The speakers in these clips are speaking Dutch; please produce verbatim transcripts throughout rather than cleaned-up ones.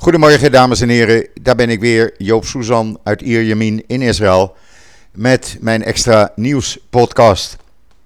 Goedemorgen dames en heren, daar ben ik weer, Joop Suzan uit Ierjemien in Israël met mijn extra nieuws podcast.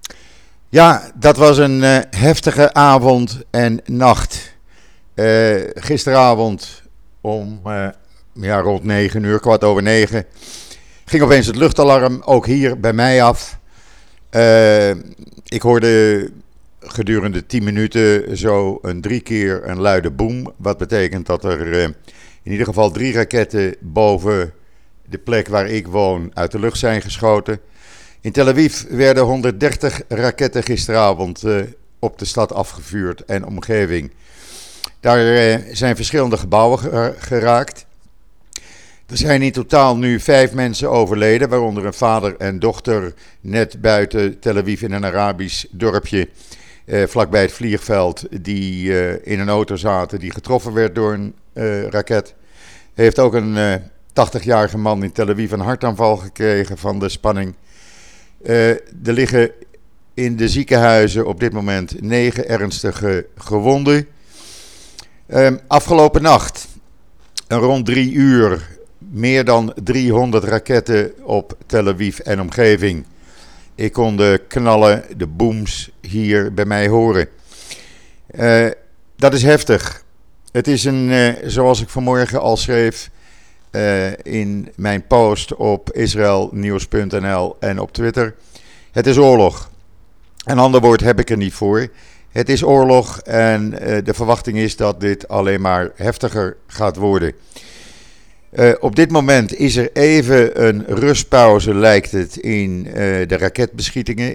Ja, dat was een uh, heftige avond en nacht. Uh, gisteravond om uh, ja, rond negen uur, kwart over negen, ging opeens het luchtalarm ook hier bij mij af. Uh, ik hoorde gedurende tien minuten zo een drie keer een luide boom. Wat betekent dat er uh, in ieder geval drie raketten boven de plek waar ik woon uit de lucht zijn geschoten. In Tel Aviv werden honderddertig raketten gisteravond uh, op de stad afgevuurd en omgeving. Daar uh, zijn verschillende gebouwen ger- geraakt. Er zijn in totaal nu vijf mensen overleden, waaronder een vader en dochter net buiten Tel Aviv in een Arabisch dorpje. Uh, vlakbij het vliegveld, die uh, in een auto zaten, die getroffen werd door een uh, raket. Heeft ook een uh, tachtigjarige man in Tel Aviv een hartaanval gekregen van de spanning. Uh, er liggen in de ziekenhuizen op dit moment negen ernstige gewonden. Uh, afgelopen nacht, rond drie uur, meer dan driehonderd raketten op Tel Aviv en omgeving. Ik kon de knallen, de booms hier bij mij horen. Uh, dat is heftig. Het is een, uh, zoals ik vanmorgen al schreef uh, in mijn post op israelnieuws punt n l en op Twitter. Het is oorlog. Een ander woord heb ik er niet voor. Het is oorlog en uh, de verwachting is dat dit alleen maar heftiger gaat worden. Uh, op dit moment is er even een rustpauze, lijkt het, in uh, de raketbeschietingen.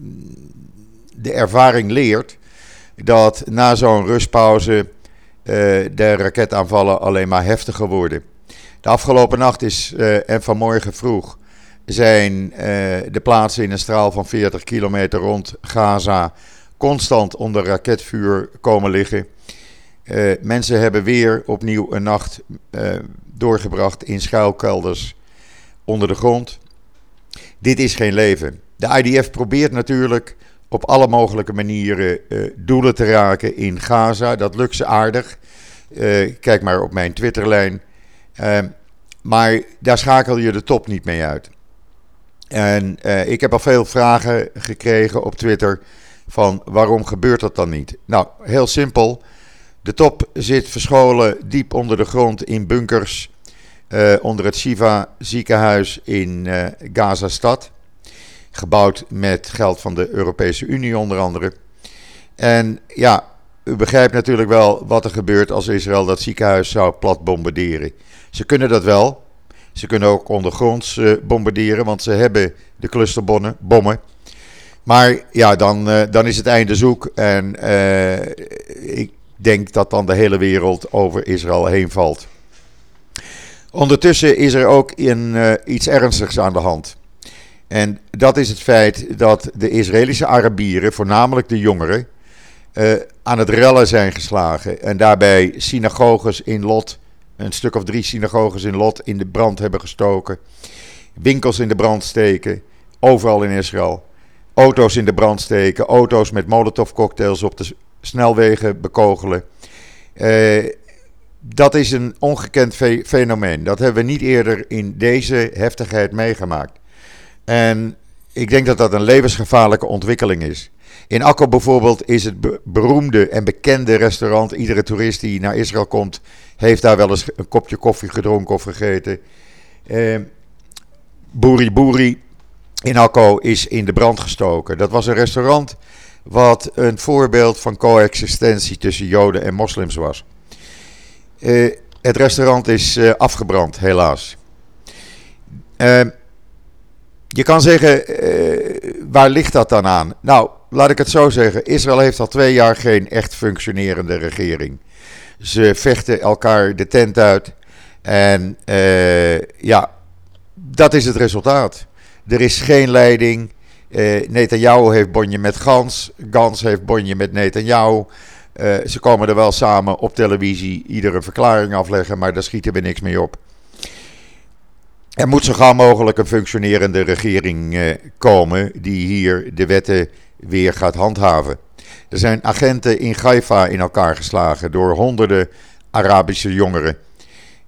De ervaring leert dat na zo'n rustpauze uh, de raketaanvallen alleen maar heftiger worden. De afgelopen nacht is, uh, en vanmorgen vroeg zijn uh, de plaatsen in een straal van veertig kilometer rond Gaza constant onder raketvuur komen liggen. Uh, mensen hebben weer opnieuw een nacht uh, doorgebracht in schuilkelders onder de grond. Dit is geen leven. De I D F probeert natuurlijk op alle mogelijke manieren uh, doelen te raken in Gaza. Dat lukt ze aardig. Uh, kijk maar op mijn Twitterlijn. Uh, maar daar schakel je de top niet mee uit. En uh, ik heb al veel vragen gekregen op Twitter van waarom gebeurt dat dan niet? Nou, heel simpel. De top zit verscholen diep onder de grond in bunkers uh, onder het Shiva ziekenhuis in uh, Gaza-stad. Gebouwd met geld van de Europese Unie onder andere. En ja, u begrijpt natuurlijk wel wat er gebeurt als Israël dat ziekenhuis zou plat bombarderen. Ze kunnen dat wel. Ze kunnen ook ondergronds uh, bombarderen, want ze hebben de clusterbommen. Bommen. Maar ja, dan, uh, dan is het einde zoek. En uh, ik denk dat dan de hele wereld over Israël heen valt. Ondertussen is er ook in, uh, iets ernstigs aan de hand. En dat is het feit dat de Israëlische Arabieren, voornamelijk de jongeren, uh, aan het rellen zijn geslagen. En daarbij synagoges in Lot, een stuk of drie synagoges in Lot, in de brand hebben gestoken. Winkels in de brand steken, overal in Israël. Auto's in de brand steken, auto's met molotovcocktails op de snelwegen bekogelen. Uh, dat is een ongekend fe- fenomeen. Dat hebben we niet eerder in deze heftigheid meegemaakt. En ik denk dat dat een levensgevaarlijke ontwikkeling is. In Akko bijvoorbeeld is het be- beroemde en bekende restaurant. Iedere toerist die naar Israël komt, heeft daar wel eens een kopje koffie gedronken of gegeten. Uh, Buri Buri in Akko is in de brand gestoken. Dat was een restaurant wat een voorbeeld van coexistentie tussen Joden en moslims was. Uh, het restaurant is uh, afgebrand, helaas. Uh, je kan zeggen, uh, waar ligt dat dan aan? Nou, laat ik het zo zeggen. Israël heeft al twee jaar geen echt functionerende regering. Ze vechten elkaar de tent uit. En uh, ja, dat is het resultaat. Er is geen leiding. Uh, Netanyahu heeft bonje met Gans. Gans heeft bonje met Netanyahu. Uh, ze komen er wel samen op televisie, ieder een verklaring afleggen, maar daar schieten we niks mee op. Er moet zo gauw mogelijk een functionerende regering uh, komen die hier de wetten weer gaat handhaven. Er zijn agenten in Haifa in elkaar geslagen door honderden Arabische jongeren.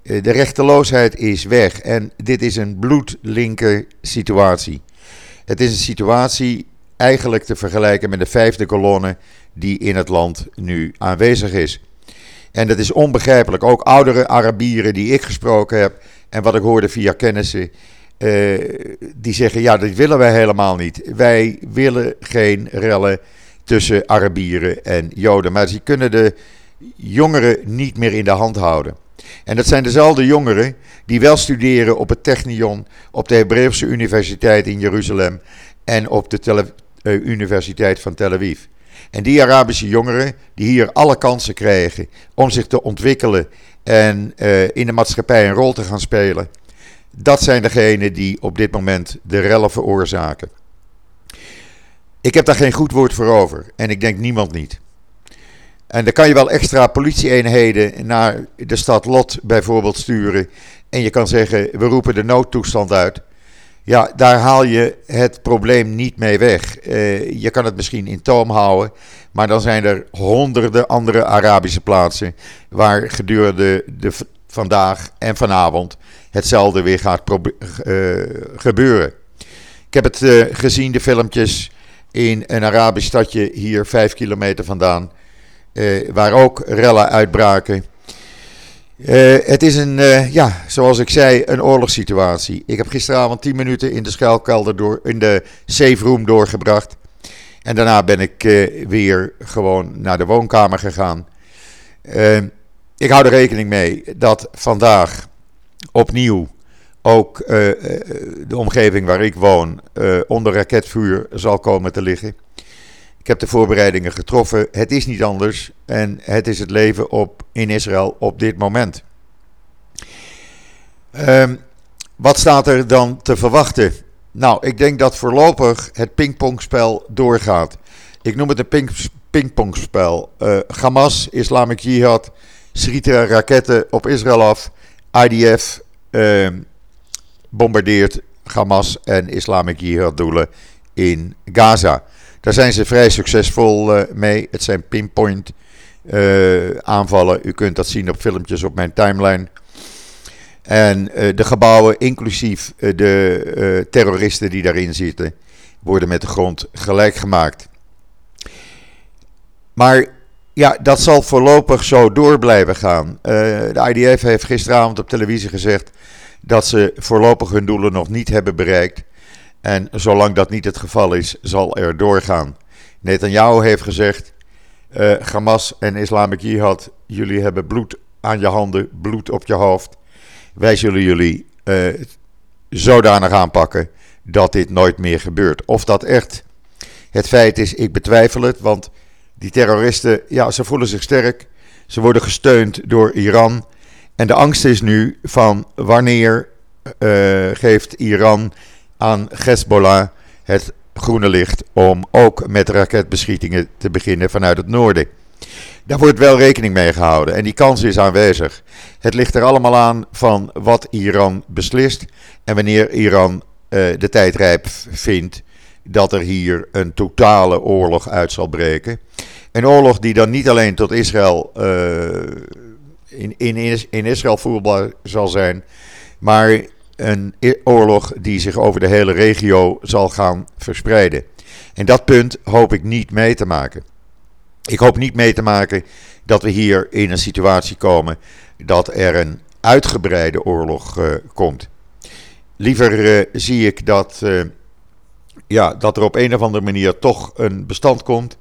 De rechteloosheid is weg en dit is een bloedlinker situatie. Het is een situatie eigenlijk te vergelijken met de vijfde kolonne die in het land nu aanwezig is. En dat is onbegrijpelijk. Ook oudere Arabieren die ik gesproken heb en wat ik hoorde via kennissen, uh, die zeggen ja, dat willen wij helemaal niet. Wij willen geen rellen tussen Arabieren en Joden, maar ze kunnen de jongeren niet meer in de hand houden. En dat zijn dezelfde jongeren die wel studeren op het Technion, op de Hebreeuwse Universiteit in Jeruzalem en op de tele- uh, Universiteit van Tel Aviv. En die Arabische jongeren die hier alle kansen krijgen om zich te ontwikkelen en uh, in de maatschappij een rol te gaan spelen, dat zijn degenen die op dit moment de rellen veroorzaken. Ik heb daar geen goed woord voor over en ik denk niemand niet. En dan kan je wel extra politieeenheden naar de stad Lot bijvoorbeeld sturen. En je kan zeggen, we roepen de noodtoestand uit. Ja, daar haal je het probleem niet mee weg. Uh, je kan het misschien in toom houden. Maar dan zijn er honderden andere Arabische plaatsen waar gedurende de v- vandaag en vanavond hetzelfde weer gaat probe- uh, gebeuren. Ik heb het uh, gezien, de filmpjes in een Arabisch stadje hier vijf kilometer vandaan. Uh, waar ook rellen uitbraken. Uh, het is een, uh, ja, zoals ik zei, een oorlogssituatie. Ik heb gisteravond tien minuten in de schuilkelder door, in de safe room doorgebracht. En daarna ben ik uh, weer gewoon naar de woonkamer gegaan. Uh, ik hou er rekening mee dat vandaag opnieuw ook uh, de omgeving waar ik woon uh, onder raketvuur zal komen te liggen. Ik heb de voorbereidingen getroffen. Het is niet anders en het is het leven op, in Israël op dit moment. Um, wat staat er dan te verwachten? Nou, ik denk dat voorlopig het pingpongspel doorgaat. Ik noem het een ping, pingpongspel. Uh, Hamas, Islamic Jihad, schieten raketten op Israël af. I D F uh, bombardeert Hamas en Islamic Jihad doelen in Gaza. Daar zijn ze vrij succesvol uh, mee. Het zijn pinpoint uh, aanvallen. U kunt dat zien op filmpjes op mijn timeline. En uh, de gebouwen, inclusief uh, de uh, terroristen die daarin zitten, worden met de grond gelijk gemaakt. Maar ja, dat zal voorlopig zo door blijven gaan. Uh, de I D F heeft gisteravond op televisie gezegd dat ze voorlopig hun doelen nog niet hebben bereikt. En zolang dat niet het geval is, zal er doorgaan. Netanyahu heeft gezegd, uh, Hamas en Islamic Jihad, jullie hebben bloed aan je handen, bloed op je hoofd. Wij zullen jullie uh, zodanig aanpakken dat dit nooit meer gebeurt. Of dat echt het feit is, ik betwijfel het, want die terroristen, ja, ze voelen zich sterk. Ze worden gesteund door Iran. En de angst is nu van wanneer uh, geeft Iran aan Hezbollah het groene licht om ook met raketbeschietingen te beginnen vanuit het noorden. Daar wordt wel rekening mee gehouden en die kans is aanwezig. Het ligt er allemaal aan van wat Iran beslist en wanneer Iran uh, de tijd rijp vindt dat er hier een totale oorlog uit zal breken. Een oorlog die dan niet alleen tot Israël, uh, in, in, in Israël voerbaar zal zijn, maar een oorlog die zich over de hele regio zal gaan verspreiden. En dat punt hoop ik niet mee te maken. Ik hoop niet mee te maken dat we hier in een situatie komen dat er een uitgebreide oorlog uh, komt. Liever uh, zie ik dat, uh, ja, dat er op een of andere manier toch een bestand komt.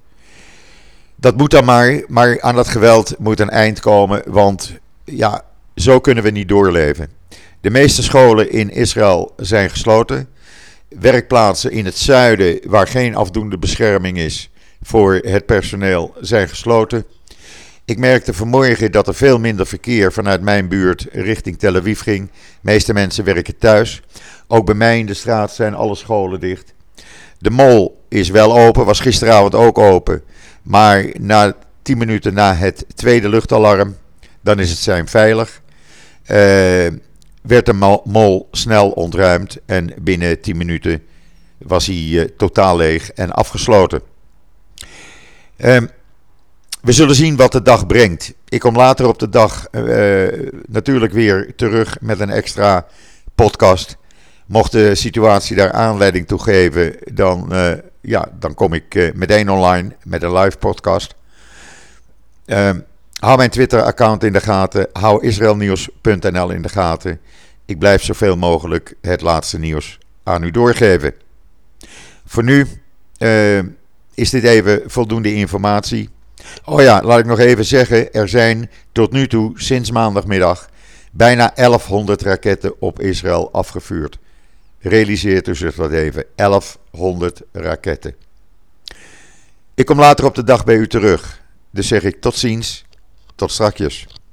Dat moet dan maar, maar aan dat geweld moet een eind komen, want ja, zo kunnen we niet doorleven. De meeste scholen in Israël zijn gesloten. Werkplaatsen in het zuiden waar geen afdoende bescherming is voor het personeel zijn gesloten. Ik merkte vanmorgen dat er veel minder verkeer vanuit mijn buurt richting Tel Aviv ging. De meeste mensen werken thuis. Ook bij mij in de straat zijn alle scholen dicht. De mall is wel open, was gisteravond ook open. Maar na tien minuten na het tweede luchtalarm, dan is het zijn veilig. Uh, werd de mall snel ontruimd en binnen tien minuten was hij uh, totaal leeg en afgesloten. Uh, we zullen zien wat de dag brengt. Ik kom later op de dag uh, natuurlijk weer terug met een extra podcast. Mocht de situatie daar aanleiding toe geven, dan, uh, ja, dan kom ik uh, meteen online met een live podcast. Uh, hou mijn Twitter-account in de gaten. Hou israelnieuws punt n l in de gaten. Ik blijf zoveel mogelijk het laatste nieuws aan u doorgeven. Voor nu uh, is dit even voldoende informatie. Oh ja, laat ik nog even zeggen. Er zijn tot nu toe sinds maandagmiddag bijna elfhonderd raketten op Israël afgevuurd. Realiseert u zich dat even. elfhonderd raketten. Ik kom later op de dag bij u terug. Dus zeg ik tot ziens. Tot strakjes.